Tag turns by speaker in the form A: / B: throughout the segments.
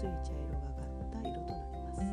A: 薄い茶色がかった色となります。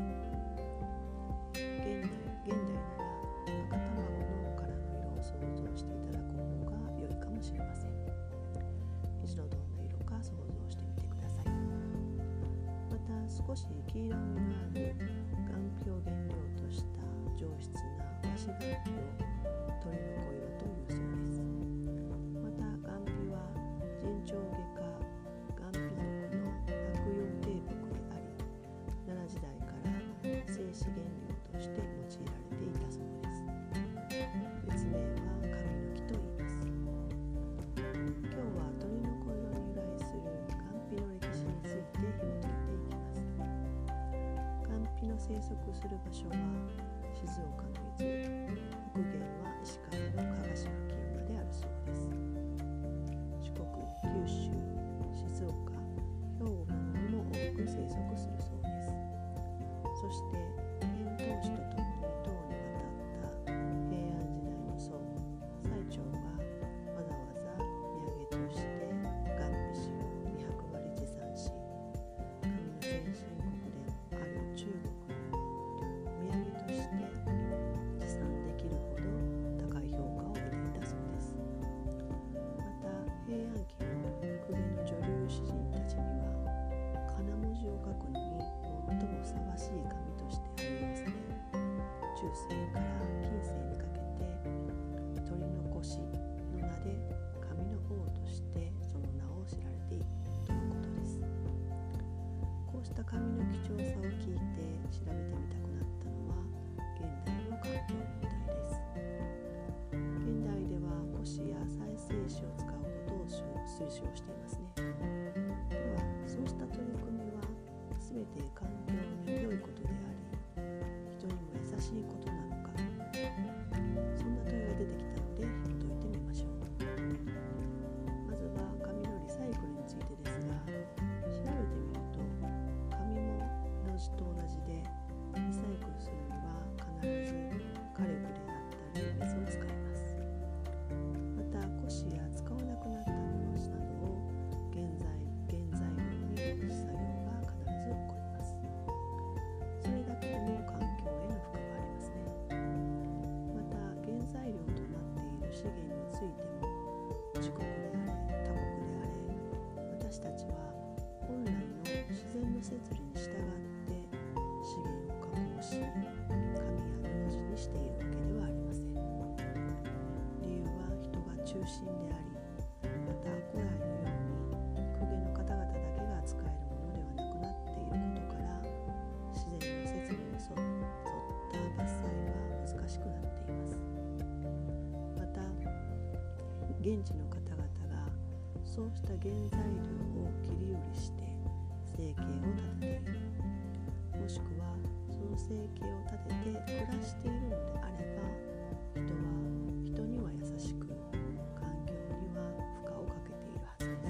A: 現代なら赤卵の殻の色を想像していただく方が良いかもしれません。一度どんな色か想像してみてください。また少し黄色みのある雁皮を原料とした上質な和紙雁皮を鳥の子色というそうです。また雁皮は人長下科雁皮属の落葉低木であり、奈良時代から製紙原料として用いられていたそうです。別名は神の木と言います。今日は鳥の子色に由来する雁皮の歴史について紐解いていきます。雁皮の生息する場所は静岡の伊豆、北限は石川の加賀市付近まであるそうです。四国、九州、静岡、兵庫などにも多く生息するそうです。そして遣唐使とともに唐に渡った平安時代の僧最澄がわざわざ土産として雁皮紙を200割持参し、神の先進国である中国に土産として持参できるほど高い評価を得ていたそうです。また平安期の公家の女流詩人たちには仮名文字を書くのに最もふさわしい紙として愛用され、中世から近世にかけて鳥の子紙の名で紙の王としてその名を知られているということです。こうした紙の貴重さを聞いて調べてみたくなったのは現代の環境問題です。現代では古紙や再生紙を使うことを推奨していますね。ではそうした取り組みは全て環境に良いことであり、人にも優しいことなのか、そんな問いが出てきたので紐解いてみましょう。まずは紙のリサイクルについてですが、調べてみると紙も同じでリサイクルするには必ず火力であったり水を使います。また古紙や使わなくなったものなどを原材料に戻す作業が必ず起こります。それだけでも環境への負荷がありますね。また原材料となっている資源についても自国であれ他国であれ、私たちは本来の自然の摂理に従って資源を加工し、紙や布地にしているわけではありません。理由は人が中心であり、また古来のように公家の方々だけが使えるものではなくなっていることから、自然の摂理に沿った伐採は難しくなっています。また現地の方々がそうした原材料を切り売りして生計を立てている、もしくはその生計を立てて暮らしているのであれば、人には優しく環境には負荷をかけているはずです。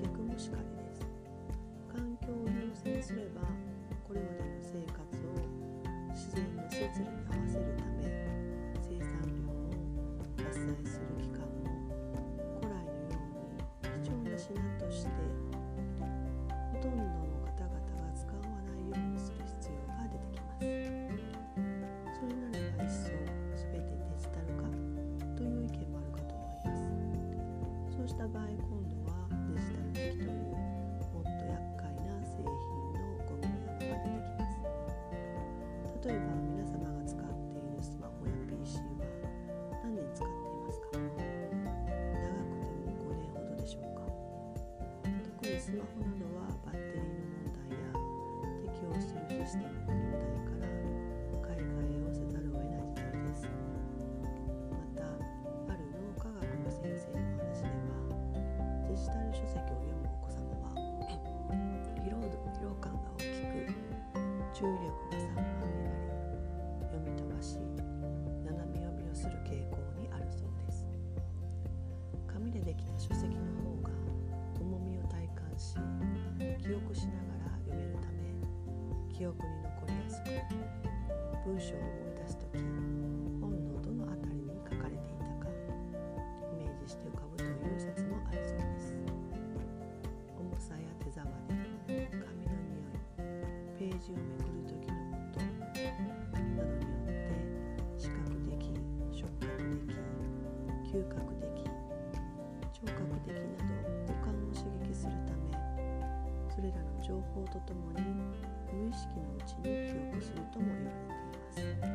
A: 逆もしかりです。環境を優先すれば、これまでの生活を自然の摂理に合わせるため、生産量も伐採する期間も古来のように貴重な品としてほとんどの方々が使わないようにする必要が出てきます。それならば一層全てデジタル化という意見もあるかと思います。そうした場合、今度はデジタル機器というもっと厄介な製品のゴミの山が出てきます。例えば皆様が使っているスマホや PC は何年使っていますか？長くても5年ほどでしょうか。特にスマホなどはバッテリーの問題や適用するシステムの問題から買い替えをせざるを得ない時代です。またある脳科学の先生の話では、デジタル書籍を読むお子様は疲労感が大きく注意力が散漫になり、読み飛ばし斜め読みをする傾向にあるそうです。紙でできた書籍の方が重みを体感し、記憶しながら読めるため記憶に残りやすく、文章を思い出すとき本のどのあたりに書かれていたかイメージして浮かぶという説もあるそうです。重さや手触り、紙ジをめくる時の音などによって視覚的、触覚的、嗅覚的、聴覚的など五感を刺激するため、それらの情報とともに無意識のうちに記憶するとも言われています。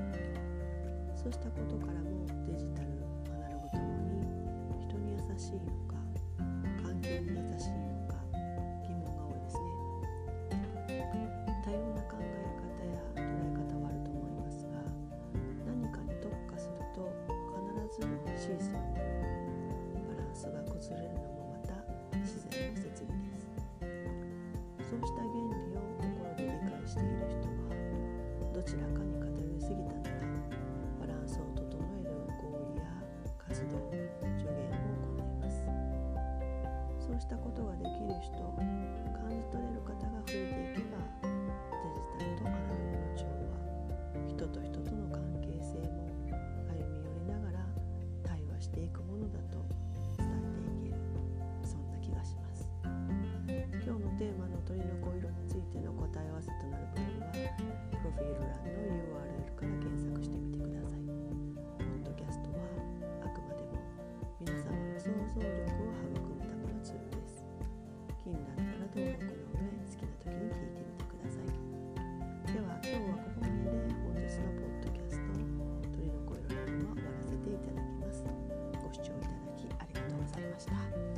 A: そうしたことからもデジタル、アナログともに人に優しいのか環境に優しいのか疑問が多いですね。多様な考え方や捉え方はあると思いますが、何かに特化すると必ずシーソーのようにバランスが崩れるのもまた自然の摂理です。そうした原理を心で理解している人は、どちらかに偏りすぎたならバランスを整える行為や活動、助言を行います。そうしたことができる人、感じ取れる方が増えていけば、デジタルとアナログの調和、人と人との関係性も歩み寄りながら対話していくものだと伝えていける、そんな気がします。今日のテーマの鳥の子色についての答え合わせとなるブログは、プロフィール欄の URL から検索してみてください。ポッドキャストはあくまでも皆様の想像力を育むためのツールです。気になったら登録の上、好きな時に聞いてみてください。では今日はここまでで本日のポッドキャスト鳥の子色編は終わらせていただきます。ご視聴いただきありがとうございました。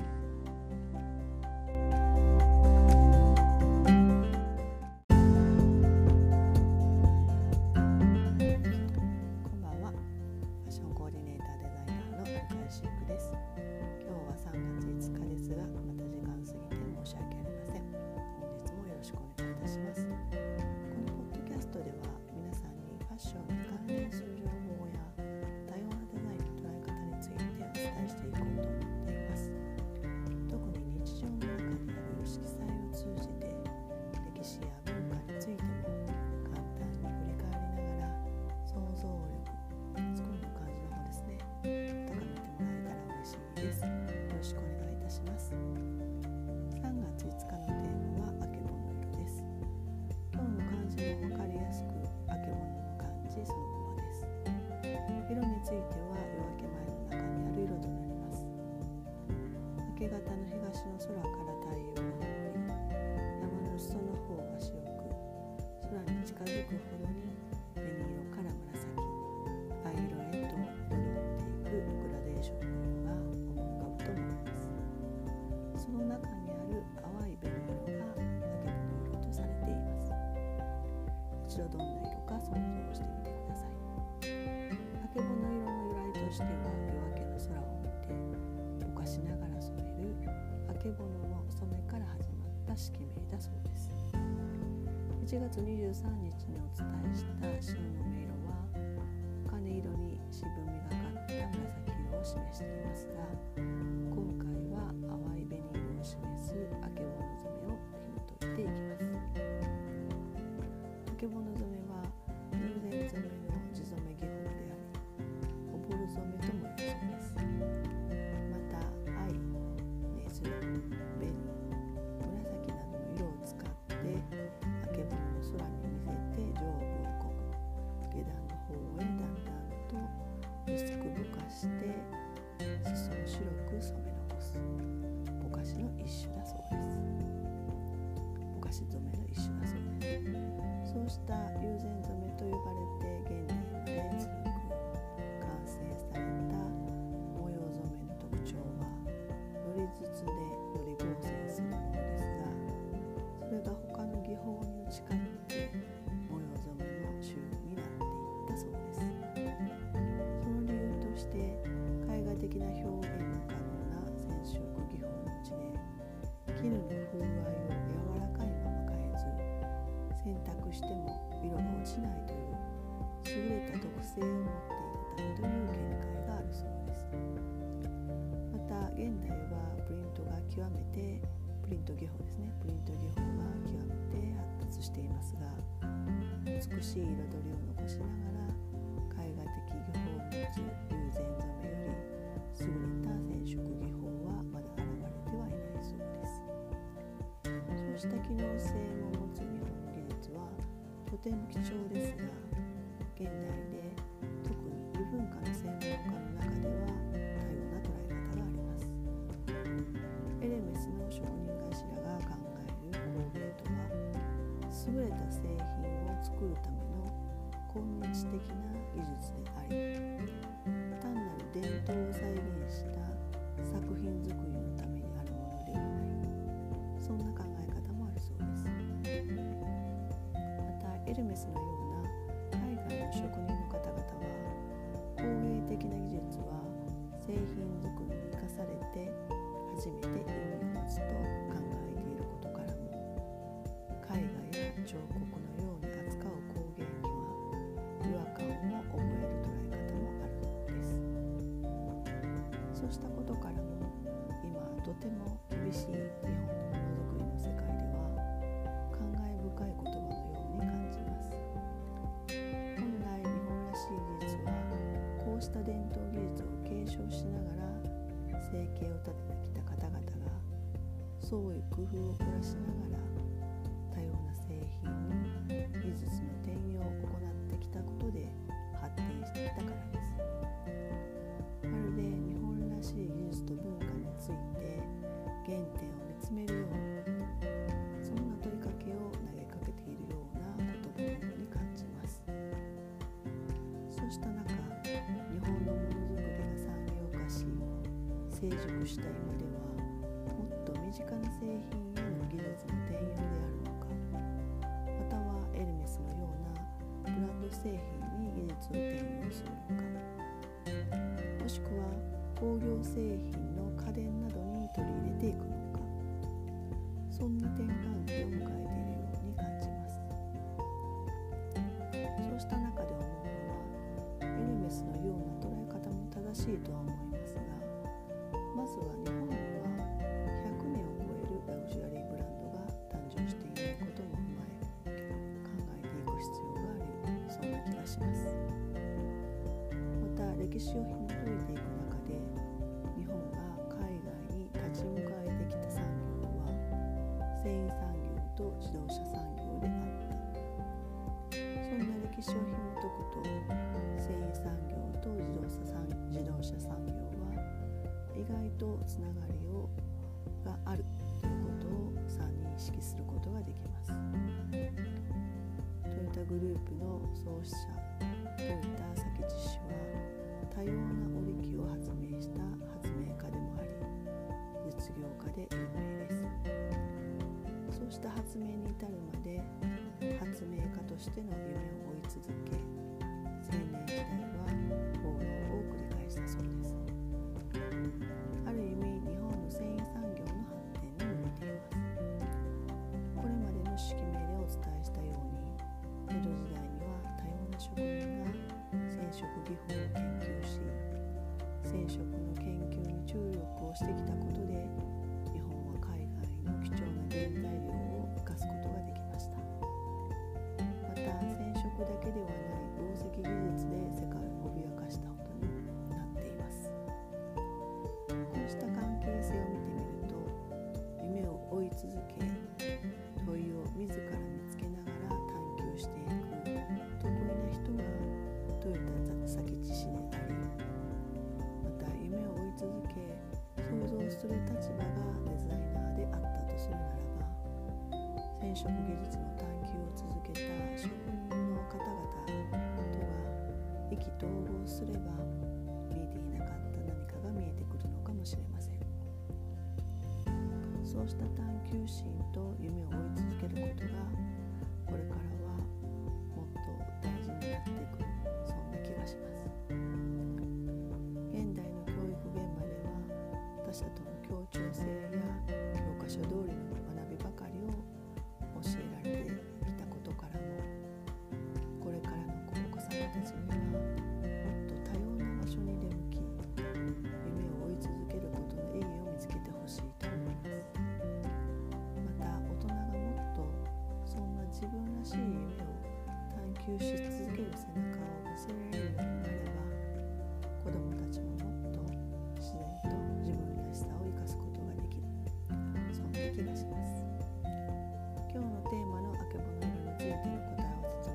A: 色については夜明け前の中にある色となります。明け方の東の空から太陽が昇り、山の裾の方が白く、空に近づくほどに紅色から紫、藍色へと彩っていくグラデーションの色が思い浮かぶと思います。その中にある淡い紅色が明けぼの色とされています。一度どんな色か想像してみてください。あけぼの色の由来としては、夜明けの空を見てぼかしながら染めるあけぼのの染めから始まった色名だそうです。1月23日にお伝えした白の目色は、茜色に渋みがかった紫色を示していますが、今回は淡い紅色を示すあけぼの染めを紐解いていきます。あけぼの染めは友禅染めの地染め技法であり、おぼる染めとも言うそうです。また藍、禰豆、紅、紫などの色を使ってあけぼのの空に見せて上部を濃く、下段の方へだんだんと薄くぼかして裾を白く染め残すぼかしの一種だそうです。ぼかし染めの一種だそうです。そうした友禅染めと呼ばれて現代まで続く完成された模様染めの特徴は、より筒でより合成するものですが、それが他の技法に打ち勝って模様染めの主流になっていったそうです。その理由として、絵画的な表現が可能な染色技法のうちで、絹の風合いを柔らかいまま変えず、洗濯しても色が落ちないという優れた特性を持っていたという見解があるそうです。また現代はプリント技法ですね、プリント技法が極めて発達していますが、美しい彩りを残しながら絵画的技法を持つ友禅染めより優れた染色技法はまだ現れてはいないそうです。そうした機能性も持つ日本技術は、 とても貴重ですが、現代で特に異文化の専門家の中では多様な捉え方があります。エレメスの職人頭が考える工芸とは、優れた製品を作るための今日的な技術であり、単なる伝統を再現した作品作りのためにあるものではない、そんな考え方もあるそうです。またエルメスのような海外の職人の方々は、工芸的な技術は製品作りに生かされて初めて意味を持つと考えていることからも、絵画や彫刻のように扱う工芸には違和感を覚える捉え方もあるのです。そうしたことからも、今とても厳しい日本のものづくりの世界では感慨深い言葉のように感じます。本来日本らしい技術は、こうした伝統技術を継承しながら生計を立ててきた方々が、創意工夫を凝らしながら多様な製品に技術の転用を行ってきたことで発展してきたからです。まるで日本らしい技術と文化について原点を見つめるように、そんな問いかけを投げかけているような言葉のように感じます。そうした中、日本のものづくりが産業化し成熟した今では、もっと身近な製品への技術の転用であるのか、またはエルメスのようなブランド製品に技術を転用するのか、もしくは工業製品の家電などに取り入れていくのか、そんな転換期を迎えているように感じます。そうした中で思うのは、エルメスのような捉え方も正しいとは思いますが、まずは日本には100年を超えるラグジュアリーブランドが誕生していないことも踏まえ、考えていく必要がある、そんな気がします。また歴史を紐解いていく中で、日本が海外に立ち向かえてきた産業は繊維産業と自動車産業であった。そんな歴史を紐解くと、繊維産業と自動車産業は意外とつながりがあるということを認識することができます。トヨタグループの創始者トヨタ佐吉氏は、多様な織機を発明した発明家でもあり、実業家で有名です。そうした発明に至るまで発明家としての夢を追い続け、青年時代は放浪を繰り返したそうです。ある意味、日本の繊維産業の発展にも似ています。これまでの式名でお伝えしたように、江戸時代には多様な職人が染色技法を研究し、染色の研究に注力をしてきたことで、日本は海外の貴重な原材料を生かすことができました。また染色だけではない紡績技術で世界を脅かしたことになっています。こうした関係性を見てみると、夢を追い続け、問いを自ら見つけながら探求していく得意な人がトヨタ佐吉氏であり、また夢を追い続け想像する立場がデザイナーであったとするならば、染色技術の探求を続けた職人の方々とは意気投合すれば、見えていなかった何かが見えてくるのかもしれません。そうした探求心と夢を追い続けることが、これからはもっと大事になってくる、そんな気がします。現代の教育現場では、他者との協調性や教科書通りの学びばかりを教えられてきたことからも、これからのお子様たちにはもっと多様な場所に出向き、夢を追い続けることの意義を見つけてほしいと思います。また大人がもっとそんな自分らしい夢を探求し続ける背中を見せられるようになれば、子どもたちももっと自然と自分らしさを生かすことができる、そんな気がします。今日のテーマのあけぼの色についての答えをお伝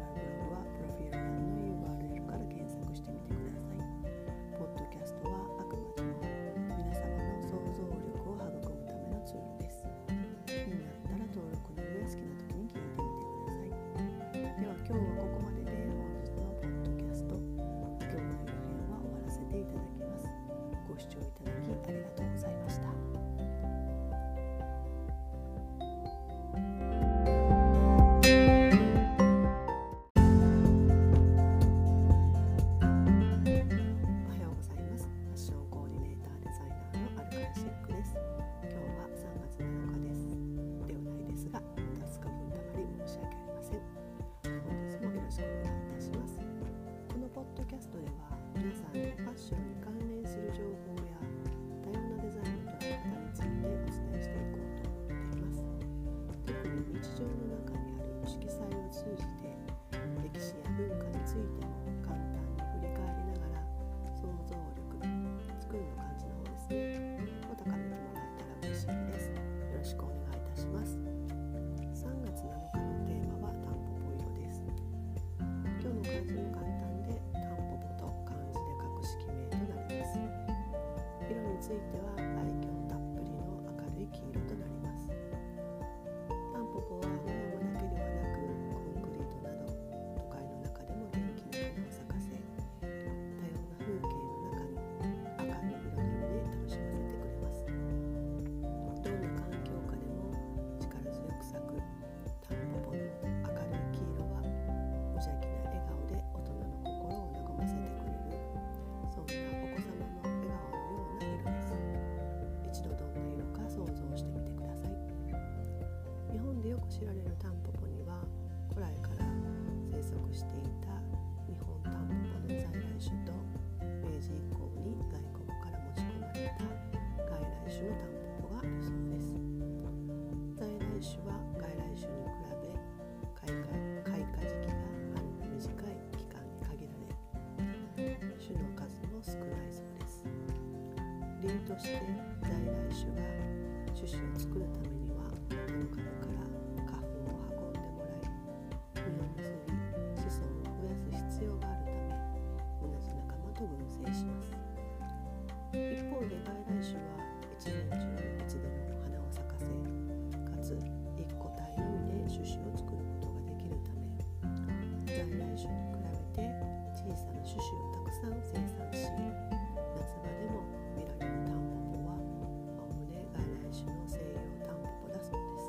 A: 知られるタンポポには古来から生息していた日本タンポポの在来種と明治以降に外国から持ち込まれた外来種のタンポポがあるそうです。在来種は外来種に比べ開花時期が短い期間に限られ、種の数も少ないそうです。理由として在来種が種子を作るためには他の株から花粉を運んでもらい、実を結び子孫を増やす必要があるため、同じ仲間と群生します。一方で外来種は一年中いつでも花を咲かせ、かつ一個体のみで種子を作ることができるため、在来種に比べて小さな種子をたくさん生産し、夏場でも見られるタンポポはおおむね外来種の西洋タンポポだそうです。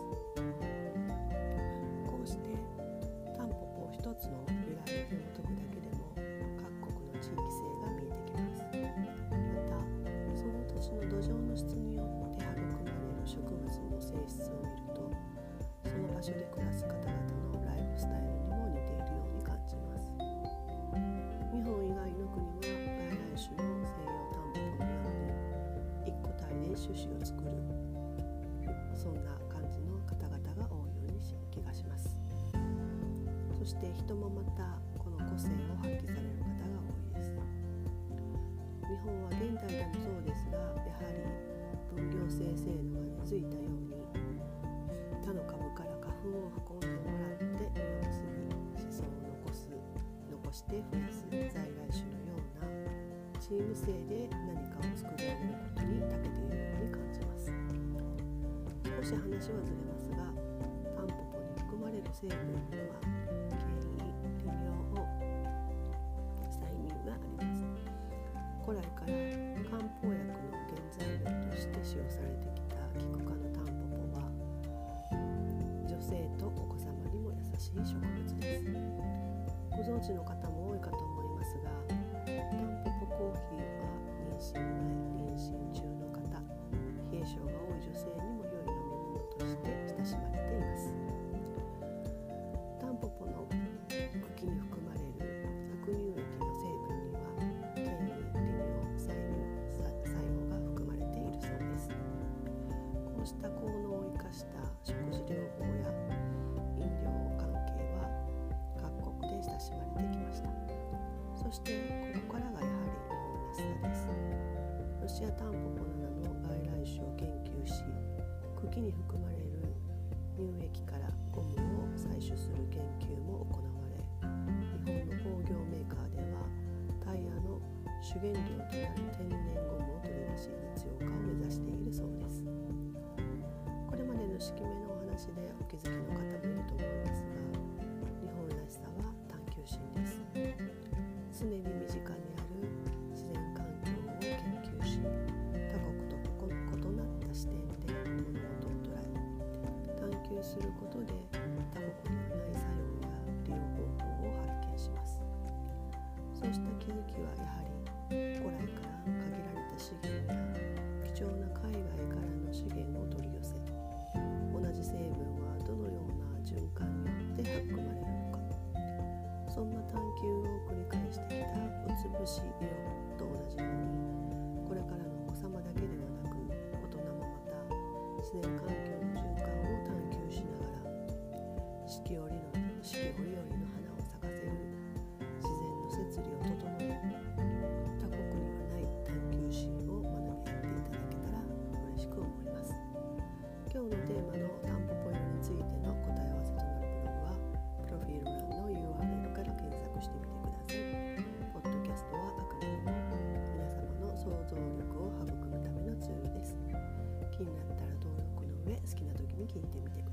A: こうしてタンポポ一つの由来を紐解くだけでも各国の地域性が見えてきます。またその土地の土壌の質によって育まれる植物の性質を見ると、その場所で暮らす方々のライフスタイルにも似ているように感じます。日本以外の国は外来種の西洋タンポポのように一個体で種子を作る、そんな感じの方々が多いように気がします。そして人もまたこの個性を発揮される方が多いです。日本は現代でもそうですが、やはり分業制制度が根付いたように、他の株から花粉を運んでもらって実を結び子孫を残して増やす在来種のようなチーム制で何かを作り上げることに長けているように感じます。少し話はずれますが、タンポポに含まれる成分にはケイン、利尿、催乳があります。古来から漢方薬の原材料として使用されてきたキク科のタンポポは女性とお子様にも優しい植物です。ご存知の方も多いかと思いますが、タンポポコーヒーは妊娠前、妊娠中の方、冷え性が多い女性にも良い飲み物として親しまれています。タンポポの茎に含まれる搾乳液の成分にはケイン、利尿、催乳作用が含まれているそうです。こうした効能を生かした食事療法や飲料関係は各国で親しまれてきました。そしてここからがやはり日本らしさです。ロシアタンポポなどの外来種を研究し、茎に含まれる乳液からゴムを採取する研究も行われ、日本の工業メーカーではタイヤの主原料となる天然ゴムを取り出し実用化を目指しているそうです。これまでの式目のお話でお気づきの方もいると思いますが、日本らしさは探求心です。常に身近にある自然環境を研究し、他国と異なった視点で物事を捉え、探求することで他国にはない作用や利用方法を発見します。そうした気づきはやはり古来から限られた資源や貴重な海外からの資源を取り寄せ、同じ成分はどのような循環によって育まれるのか、そんな探求を繰り返してきたうつぶし色と同じように、これからのお子様だけではなく大人もまた自然環境の循環を探求しながら、四季折々の花を咲かせる自然の摂理を整え、他国にはない探求心を学び合っていただけたら嬉しく思います。今日のテーマのタンポポ色についての答え合わせとなるブログはプロフィール欄の URL から検索してみてください。ポッドキャストはあくまでも皆様の想像力を育むためのツールです。気になったら登録の上、好きな時に聞いてみてください。